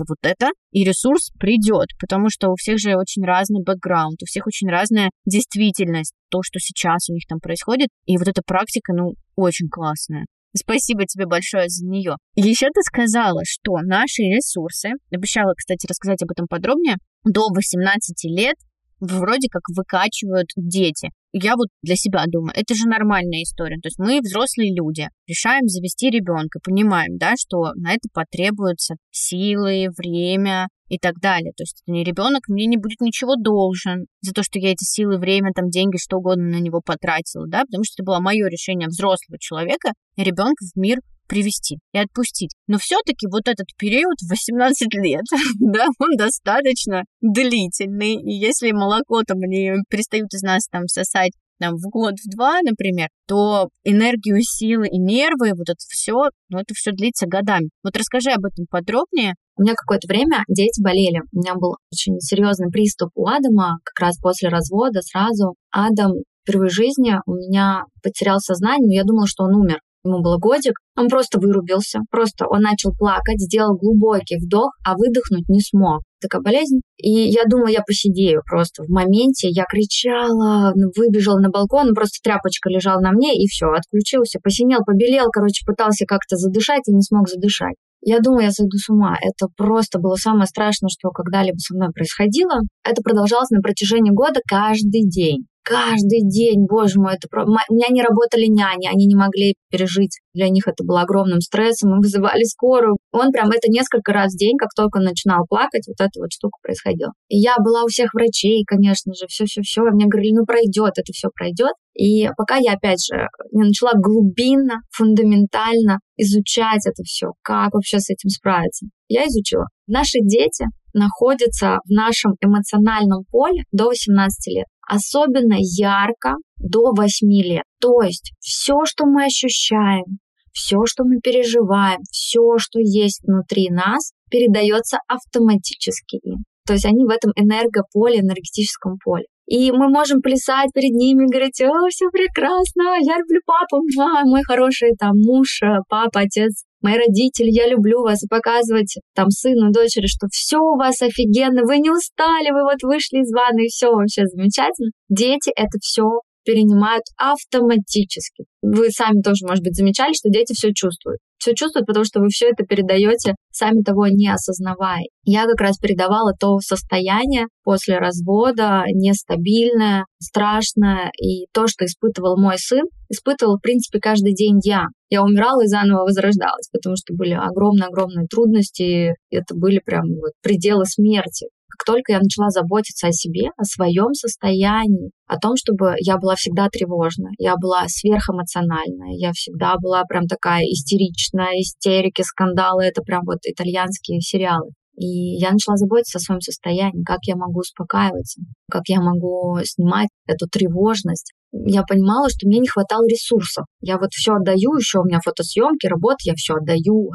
и ресурс придет, потому что у всех же очень разный бэкграунд, у всех очень разная действительность, то, что сейчас у них там происходит, и вот эта практика, очень классная. Спасибо тебе большое за нее. Еще ты сказала, что наши ресурсы, обещала, кстати, рассказать об этом подробнее, до 18 лет вроде как выкачивают дети. Я вот для себя думаю, это же нормальная история. То есть мы, взрослые люди, решаем завести ребенка, понимаем, да, что на это потребуются силы, время и так далее. То есть не ребенок мне не будет ничего должен за то, что я эти силы, время, там, деньги, что угодно на него потратила, да, потому что это было мое решение взрослого человека ребенка в мир привести и отпустить. Но все-таки вот этот период 18 лет, да, он достаточно длительный. И если молоко там не перестают из нас там сосать там, в год, в два, например, то энергию, силы и нервы, вот это все длится годами. Вот расскажи об этом подробнее. У меня какое-то время дети болели. У меня был очень серьезный приступ у Адама, как раз после развода сразу. Адам впервые в жизни у меня потерял сознание, но я думала, что он умер. Ему было годик, он просто вырубился, он начал плакать, сделал глубокий вдох, а выдохнуть не смог. Такая болезнь. И я думала, я посидею просто. В моменте я кричала, выбежала на балкон, просто тряпочка лежала на мне, и все, отключился, посинел, побелел, пытался как-то задышать и не смог задышать. Я думала, я сойду с ума. Это просто было самое страшное, что когда-либо со мной происходило. Это продолжалось на протяжении года каждый день. Каждый день, боже мой, у меня не работали няни, они не могли пережить. Для них это было огромным стрессом, мы вызывали скорую. Он прям это несколько раз в день, как только он начинал плакать, вот эта вот штука происходила. И я была у всех врачей, конечно же, все. Мне говорили, пройдет, это все пройдет. И пока я, опять же, не начала глубинно, фундаментально изучать это все, как вообще с этим справиться, я изучила. Наши дети находятся в нашем эмоциональном поле до 18 лет. Особенно ярко до 8 лет. То есть все, что мы ощущаем, все, что мы переживаем, все, что есть внутри нас, передается автоматически им. То есть они в этом энергополе, энергетическом поле. И мы можем плясать перед ними, говорить, о, все прекрасно, я люблю папу, мой хороший там муж, папа, отец, мои родители, я люблю вас, и показывать там сыну, дочери, что все у вас офигенно, вы не устали, вы вот вышли из ванны, и все вообще замечательно. Дети это все перенимают автоматически. Вы сами тоже, может быть, замечали, что дети все чувствуют. Все чувствуют, потому что вы все это передаете, сами того не осознавая. Я как раз передавала то состояние после развода, нестабильное, страшное. И то, что испытывал мой сын, испытывал, в принципе, каждый день я. Я умирала и заново возрождалась, потому что были огромные-огромные трудности. Это были прям пределы смерти. Как только я начала заботиться о себе, о своем состоянии, о том, чтобы я была всегда тревожна, я была сверхэмоциональная, я всегда была прям такая истеричная, истерики, скандалы, это прям итальянские сериалы. И я начала заботиться о своем состоянии, как я могу успокаиваться, как я могу снимать эту тревожность. Я понимала, что мне не хватало ресурсов. Я все отдаю, еще у меня фотосъемки, работа, я все отдаю,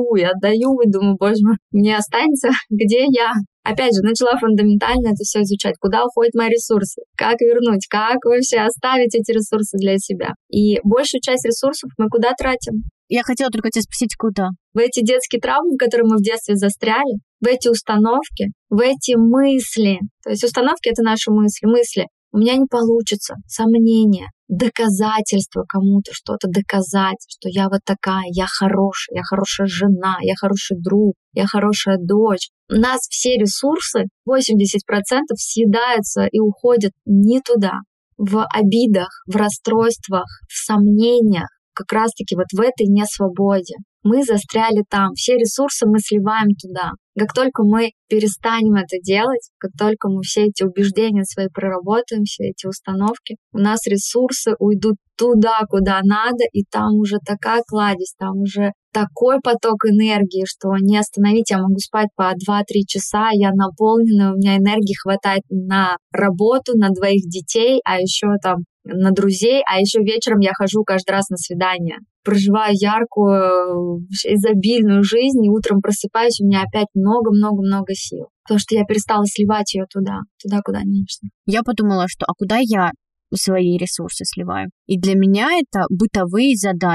и думаю, боже мой, мне останется, где я? Опять же, начала фундаментально это все изучать. Куда уходят мои ресурсы? Как вернуть? Как вообще оставить эти ресурсы для себя? И большую часть ресурсов мы куда тратим? Я хотела только тебя спросить, куда? В эти детские травмы, в которые мы в детстве застряли, в эти установки, в эти мысли. То есть установки — это наши мысли. У меня не получится, сомнения, доказательства кому-то, что-то доказать, что я вот такая, я хорошая жена, я хороший друг, я хорошая дочь. У нас все ресурсы, 80% съедаются и уходят не туда, в обидах, в расстройствах, в сомнениях, как раз-таки в этой несвободе. Мы застряли там, все ресурсы мы сливаем туда. Как только мы перестанем это делать, как только мы все эти убеждения свои проработаем, все эти установки, у нас ресурсы уйдут туда, куда надо, и там уже такая кладезь, там уже такой поток энергии, что не остановить. Я могу спать по 2-3 часа, я наполнена, у меня энергии хватает на работу, на 2 детей, а еще там на друзей, а еще вечером я хожу каждый раз на свидание. Проживаю яркую, изобильную жизнь, и утром просыпаюсь, у меня опять много-много-много сил. Потому что я перестала сливать ее туда, куда не нужно. Я подумала, что куда я свои ресурсы сливаю? И для меня это бытовые задачи.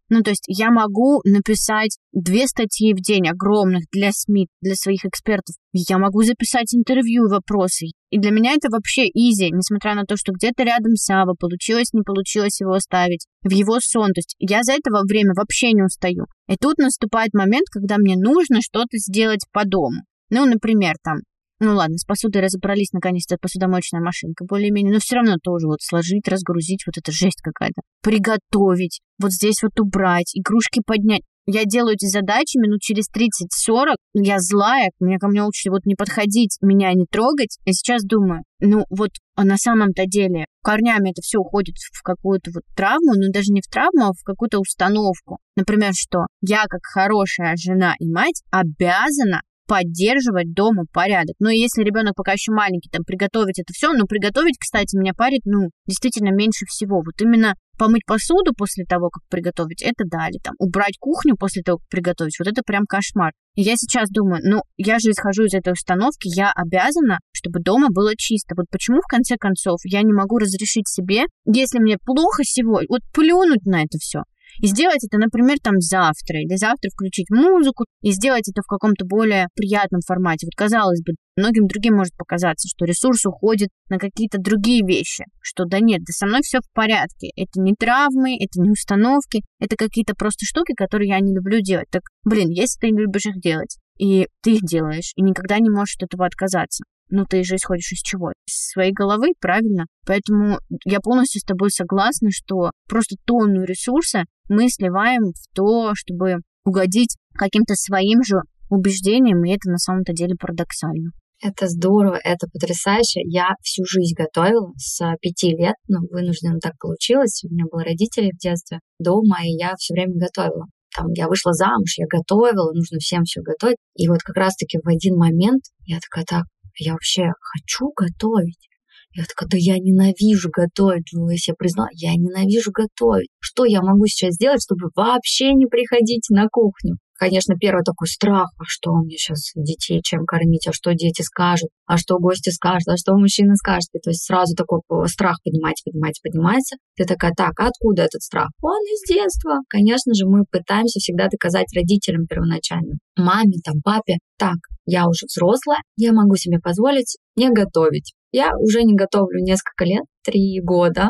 Ну, то есть я могу написать 2 статьи в день огромных для СМИ, для своих экспертов. Я могу записать интервью, вопросы. И для меня это вообще изи, несмотря на то, что где-то рядом Сава, получилось, не получилось его оставить в его сон. То есть я за это время вообще не устаю. И тут наступает момент, когда мне нужно что-то сделать по дому. Ну, например, там, ну ладно, с посудой разобрались, наконец-то посудомоечная машинка более-менее, но все равно тоже вот сложить, разгрузить, вот это жесть какая-то. Приготовить, вот здесь вот убрать, игрушки поднять. Я делаю эти задачи минут через 30-40, я злая, меня ко мне учат вот не подходить, меня не трогать. Я сейчас думаю, ну вот на самом-то деле корнями это все уходит в какую-то вот травму, но даже не в травму, а в какую-то установку. Например, что я как хорошая жена и мать обязана поддерживать дома порядок. Но если ребенок пока еще маленький, там, приготовить это все, ну, приготовить, кстати, меня парит, ну, действительно меньше всего. Вот именно помыть посуду после того, как приготовить, это да, или там убрать кухню после того, как приготовить, вот это прям кошмар. И я сейчас думаю, ну, я же исхожу из этой установки, я обязана, чтобы дома было чисто. Вот почему, в конце концов, я не могу разрешить себе, если мне плохо сегодня, вот плюнуть на это все. И сделать это, например, там завтра, или завтра включить музыку, и сделать это в каком-то более приятном формате. Вот, казалось бы, многим другим может показаться, что ресурс уходит на какие-то другие вещи, что да нет, да со мной все в порядке. Это не травмы, это не установки, это какие-то просто штуки, которые я не люблю делать. Так, блин, если ты не любишь их делать, и ты их делаешь, и никогда не можешь от этого отказаться, ну, ты же исходишь из чего? Из своей головы, правильно? Поэтому я полностью с тобой согласна, что просто тонну ресурса мы сливаем в то, чтобы угодить каким-то своим же убеждениям, и это на самом-то деле парадоксально. Это здорово, это потрясающе. Я всю жизнь готовила с 5 лет, ну, вынужденно так получилось. У меня были родители в детстве дома, и я все время готовила. Там я вышла замуж, я готовила, нужно всем все готовить. И вот как раз-таки в один момент я такая, так, я вообще хочу готовить. Я такая, да я ненавижу готовить. Я себе признала, я ненавижу готовить. Что я могу сейчас сделать, чтобы вообще не приходить на кухню? Конечно, первый такой страх, а что мне сейчас детей чем кормить, а что дети скажут, а что гости скажут, а что мужчина скажет. И то есть сразу такой страх поднимается. Ты такая, так, а откуда этот страх? Он из детства. Конечно же, мы пытаемся всегда доказать родителям первоначально, маме, там, папе, так, я уже взрослая, я могу себе позволить не готовить. Я уже не готовлю несколько лет, 3 года.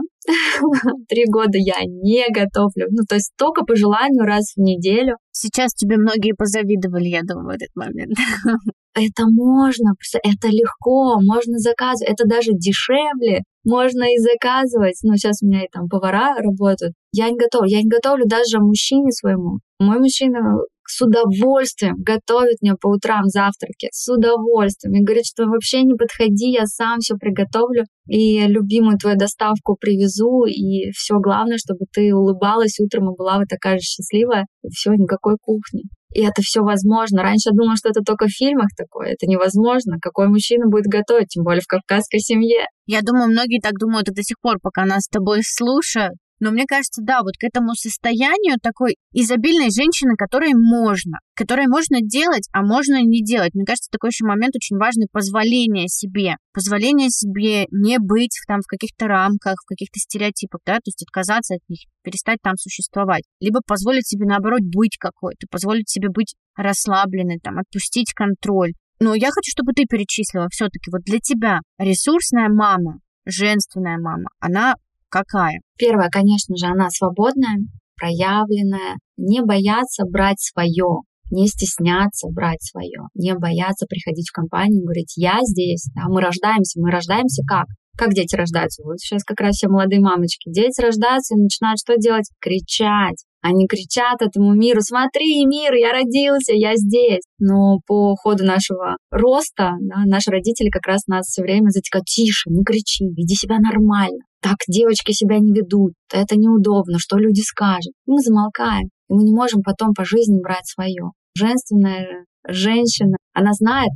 3 года я не готовлю. Ну, то есть только по желанию раз в неделю. Сейчас тебе многие позавидовали, я думаю, в этот момент. Это можно, это легко, можно заказывать, это даже дешевле, можно и заказывать. Ну, сейчас у меня и там повара работают. Я не готовлю даже мужчине своему. Мой мужчина с удовольствием готовит мне по утрам завтраки, с удовольствием. И говорит, что вообще не подходи, я сам все приготовлю и любимую твою доставку привезу, и все главное, чтобы ты улыбалась утром и была вот такая же счастливая, и все, никакой кухни. И это все возможно. Раньше я думала, что это только в фильмах такое. Это невозможно. Какой мужчина будет готовить, тем более в кавказской семье? Я думаю, многие так думают и до сих пор, пока нас с тобой слушают. Но мне кажется, да, вот к этому состоянию такой изобильной женщины, которой можно делать, а можно не делать. Мне кажется, такой еще момент очень важный — позволение себе. Позволение себе не быть в каких-то рамках, в каких-то стереотипах, да, то есть отказаться от них, перестать там существовать. Либо позволить себе, наоборот, быть какой-то, позволить себе быть расслабленной, там, отпустить контроль. Но я хочу, чтобы ты перечислила все-таки вот для тебя ресурсная мама, женственная мама, она какая? Первое, конечно же, она свободная, проявленная, не бояться брать свое, не стесняться брать свое, не бояться приходить в компанию и говорить, я здесь, да, мы рождаемся как? Как дети рождаются? Вот сейчас как раз все молодые мамочки. Дети рождаются и начинают что делать? Кричать. Они кричат этому миру: смотри, мир, я родился, я здесь. Но по ходу нашего роста, да, наши родители как раз нас все время затекают: тише, не кричи, веди себя нормально. Так девочки себя не ведут, это неудобно, что люди скажут. И мы замолкаем, и мы не можем потом по жизни брать свое. Женственная женщина, она знает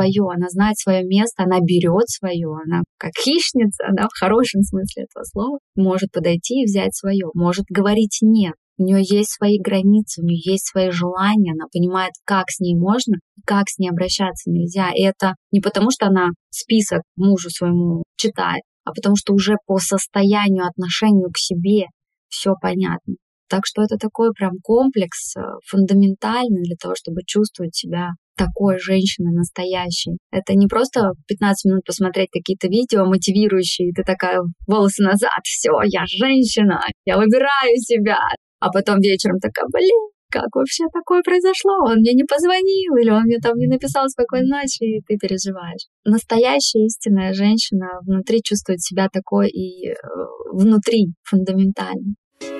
свое место, она берет свое, она как хищница, да, в хорошем смысле этого слова, может подойти и взять свое, может говорить нет. У нее есть свои границы, у нее есть свои желания, она понимает, как с ней можно, как с ней обращаться нельзя. И это не потому, что она список мужу своему читает, а потому что уже по состоянию, отношению к себе все понятно. Так что это такой прям комплекс фундаментальный для того, чтобы чувствовать себя такой женщиной настоящей. Это не просто 15 минут посмотреть какие-то видео мотивирующие, и ты такая, волосы назад, все, я женщина, я выбираю себя. А потом вечером такая, блин, как вообще такое произошло? Он мне не позвонил, или он мне там не написал спокойной ночи, и ты переживаешь. Настоящая истинная женщина внутри чувствует себя такой и внутри фундаментально.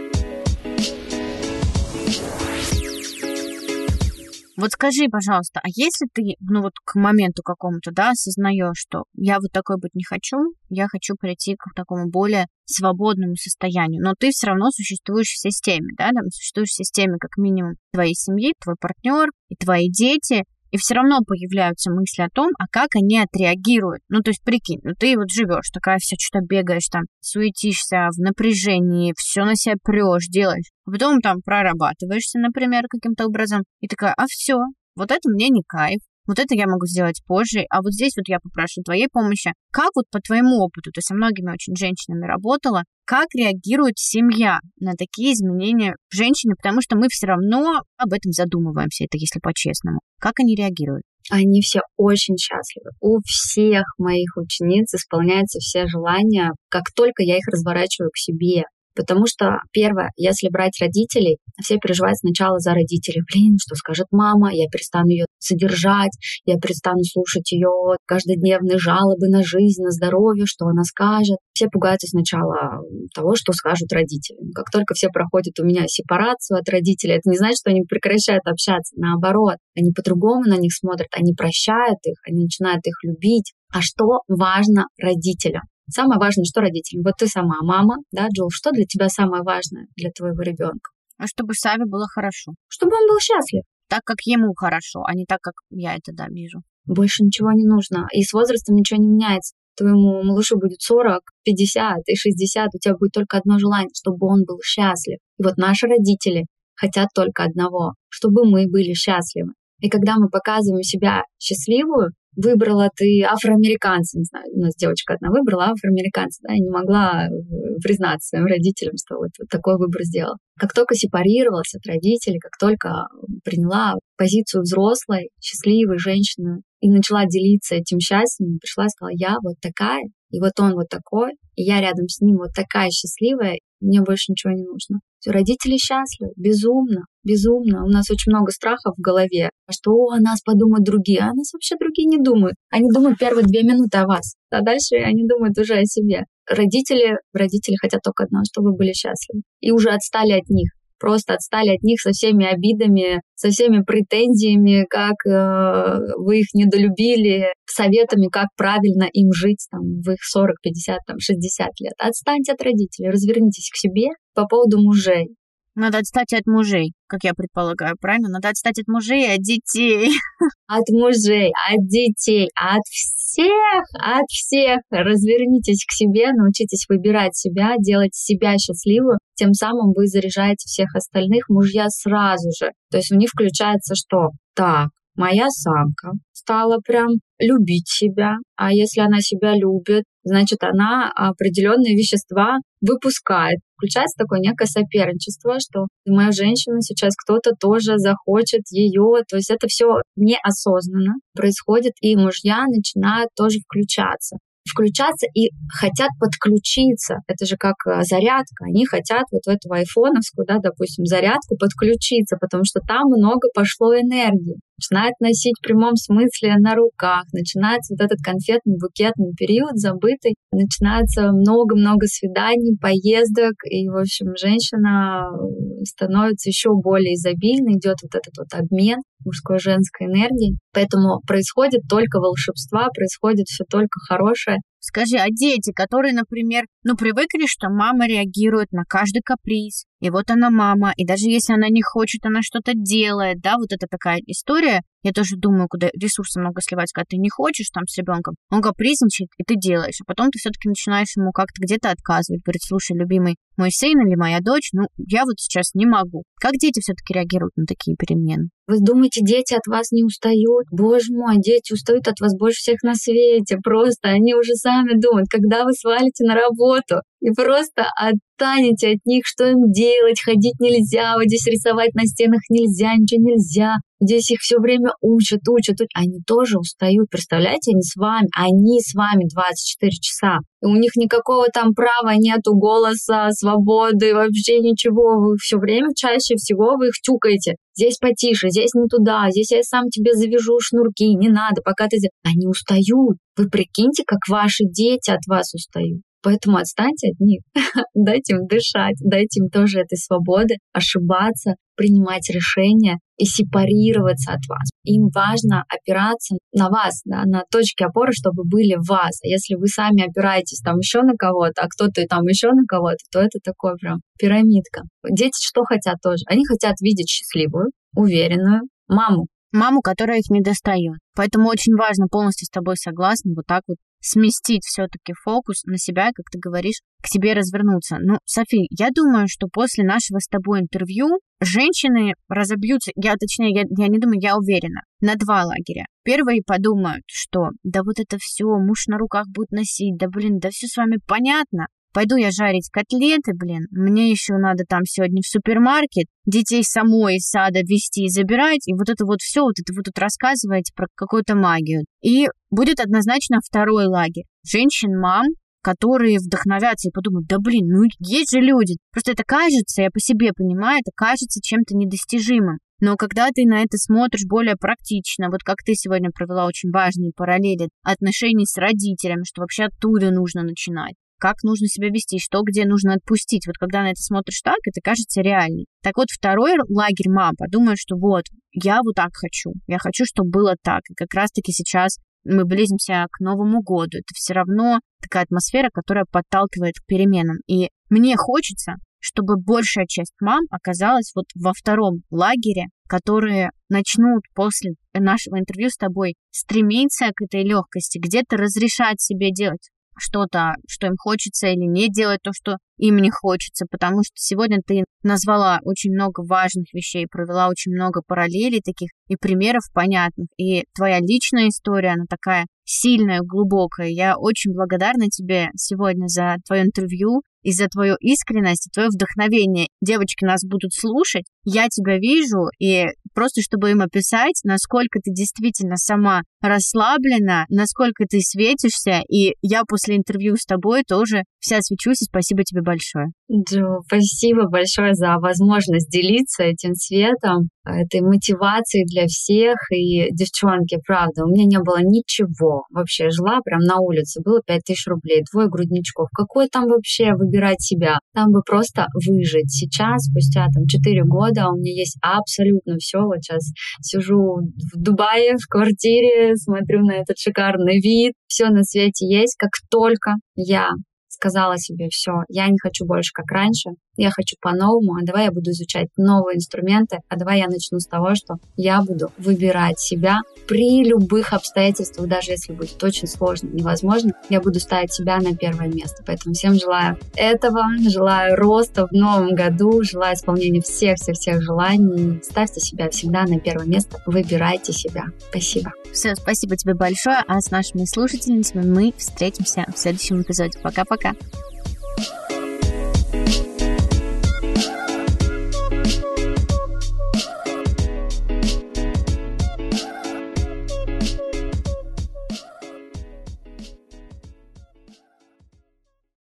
Вот скажи, пожалуйста, а если ты, к моменту какому-то, осознаешь, что я вот такой быть не хочу, я хочу прийти к такому более свободному состоянию, но ты все равно существуешь в системе, там существуешь в системе как минимум твоей семьи, твой партнер и твои дети, и все равно появляются мысли о том, а как они отреагируют. То есть прикинь, ты вот живешь, такая вся что-то бегаешь там, суетишься в напряжении, все на себя прешь, делаешь. А потом там прорабатываешься, например, каким-то образом, и такая, а все, вот это мне не кайф. Вот это я могу сделать позже, а вот здесь вот я попрошу твоей помощи. Как вот по твоему опыту, ты со многими очень женщинами работала, как реагирует семья на такие изменения в женщине, потому что мы все равно об этом задумываемся, это если по-честному. Как они реагируют? Они все очень счастливы. У всех моих учениц исполняются все желания, как только я их разворачиваю к себе. Потому что, первое, если брать родителей, все переживают сначала за родителей. Блин, что скажет мама? Я перестану ее содержать, я перестану слушать ее каждодневные жалобы на жизнь, на здоровье, что она скажет. Все пугаются сначала того, что скажут родители. Как только все проходят у меня сепарацию от родителей, это не значит, что они прекращают общаться. Наоборот, они по-другому на них смотрят, они прощают их, они начинают их любить. А что важно родителям? Самое важное, что родителям? Вот ты сама мама, Джул, что для тебя самое важное для твоего ребенка? А чтобы Саве было хорошо. Чтобы он был счастлив. Так, как ему хорошо, а не так, как я это вижу. Больше ничего не нужно. И с возрастом ничего не меняется. Твоему малышу будет 40, 50 и 60, у тебя будет только одно желание, чтобы он был счастлив. И вот наши родители хотят только одного, чтобы мы были счастливы. И когда мы показываем себя счастливую, выбрала ты афроамериканца, не знаю, у нас девочка одна выбрала афроамериканца, и не могла признаться своим родителям, что вот такой выбор сделала. Как только сепарировалась от родителей, как только приняла позицию взрослой, счастливой женщины и начала делиться этим счастьем, пришла и сказала, я вот такая, и вот он вот такой, и я рядом с ним вот такая счастливая, мне больше ничего не нужно. Все, родители счастливы, безумно, безумно. У нас очень много страхов в голове, что о нас подумают другие, а о нас вообще другие не думают. Они думают первые 2 минуты о вас, а дальше они думают уже о себе. Родители хотят только одного, чтобы вы были счастливы. И уже отстали от них. Просто отстали от них со всеми обидами, со всеми претензиями, как вы их недолюбили, советами, как правильно им жить в их 40, 50, 60 лет. Отстаньте от родителей, развернитесь к себе. По поводу мужей. Надо отстать от мужей, как я предполагаю, правильно? Надо отстать от мужей и от детей. От мужей, от детей, от всех. Развернитесь к себе, научитесь выбирать себя, делать себя счастливую. Тем самым вы заряжаете всех остальных. Мужья сразу же. То есть у них включается что? Так, моя самка стала прям любить себя. А если она себя любит, значит, она определенные вещества выпускает. Включается такое некое соперничество, что моя женщина сейчас кто-то тоже захочет ее. То есть это все неосознанно происходит, и мужья начинают тоже включаться и хотят подключиться. Это же как зарядка. Они хотят вот в эту айфоновскую, допустим, зарядку подключиться, потому что там много пошло энергии. Начинает носить в прямом смысле на руках, начинается вот этот конфетно-букетный период забытый, начинается много-много свиданий, поездок, и, в общем, женщина становится еще более изобильной, идет вот этот вот обмен мужской и женской энергии. Поэтому происходит только волшебства, происходит все только хорошее. Скажи, а дети, которые, например, привыкли, что мама реагирует на каждый каприз, и вот она мама, и даже если она не хочет, она что-то делает, вот это такая история. Я тоже думаю, куда ресурсы много сливать, когда ты не хочешь там с ребенком, он капризничает, и ты делаешь, а потом ты все-таки начинаешь ему как-то где-то отказывать, говорить, слушай, любимый мой сын или моя дочь, я вот сейчас не могу. Как дети все-таки реагируют на такие перемены? Вы думаете, дети от вас не устают? Боже мой, дети устают от вас больше всех на свете. Просто они уже сами думают, когда вы свалите на работу, и просто отстанете от них, что им делать, ходить нельзя, вот здесь рисовать на стенах нельзя, ничего нельзя. Здесь их все время учат. Они тоже устают, представляете, они с вами 24 часа. И у них никакого там права нету, голоса, свободы, вообще ничего. Вы все время чаще всего вы их тюкаете. Здесь потише, здесь не туда, здесь я сам тебе завяжу шнурки, не надо, пока ты... Они устают. Вы прикиньте, как ваши дети от вас устают. Поэтому отстаньте от них, дайте им дышать, дайте им тоже этой свободы, ошибаться, принимать решения и сепарироваться от вас. Им важно опираться на вас, да, на точки опоры, чтобы были в вас. А если вы сами опираетесь там еще на кого-то, а кто-то там еще на кого-то, то это такой прям пирамидка. Дети что хотят тоже? Они хотят видеть счастливую, уверенную маму. Маму, которая их не достает. Поэтому очень важно, полностью с тобой согласна, вот так вот сместить все-таки фокус на себя, как ты говоришь, к себе развернуться. Ну, Софи, я думаю, что после нашего с тобой интервью женщины разобьются, я не думаю, я уверена, на 2 лагеря. Первые подумают, что да вот это все, муж на руках будет носить, да все с вами понятно. Пойду я жарить котлеты, мне еще надо там сегодня в супермаркет, детей самой из сада везти и забирать, и вот это вот все, вот это вы тут рассказываете про какую-то магию. И будет однозначно 2-й лагерь. Женщин-мам, которые вдохновятся и подумают, есть же люди. Просто это кажется, я по себе понимаю, это кажется чем-то недостижимым. Но когда ты на это смотришь более практично, вот как ты сегодня провела очень важные параллели отношений с родителями, что вообще оттуда нужно начинать. Как нужно себя вести, что где нужно отпустить. Вот когда на это смотришь так, это кажется реальным. Так вот, 2-й лагерь мам подумает, что вот, я вот так хочу. Я хочу, чтобы было так. И как раз-таки сейчас мы близимся к Новому году. Это все равно такая атмосфера, которая подталкивает к переменам. И мне хочется, чтобы большая часть мам оказалась вот во 2-м лагере, которые начнут после нашего интервью с тобой стремиться к этой легкости, где-то разрешать себе делать что-то, что им хочется, или не делать то, что им не хочется, потому что сегодня ты назвала очень много важных вещей, провела очень много параллелей таких и примеров понятных, и твоя личная история, она такая сильная, глубокая. Я очень благодарна тебе сегодня за твое интервью и за твою искренность, и твое вдохновение. Девочки нас будут слушать, я тебя вижу, и просто чтобы им описать, насколько ты действительно сама расслаблена, насколько ты светишься, и я после интервью с тобой тоже вся свечусь, и спасибо тебе большое. Джо, спасибо большое за возможность делиться этим светом, этой мотивацией для всех. И, девчонки, правда, у меня не было ничего. Вообще, жила прям на улице, было 5000 рублей, 2 грудничков. Какой там вообще выбирать себя? Там бы просто выжить. Сейчас, спустя 4 года, у меня есть абсолютно все. Вот сейчас сижу в Дубае, в квартире, смотрю на этот шикарный вид. Все на свете есть. Как только я сказала себе, все, я не хочу больше как раньше, я хочу по-новому, а давай я буду изучать новые инструменты, а давай я начну с того, что я буду выбирать себя при любых обстоятельствах, даже если будет очень сложно, невозможно, я буду ставить себя на первое место. Поэтому всем желаю этого, желаю роста в новом году, желаю исполнения всех желаний. Ставьте себя всегда на первое место, выбирайте себя. Спасибо. Все, спасибо тебе большое, а с нашими слушательницами мы встретимся в следующем эпизоде. Пока-пока.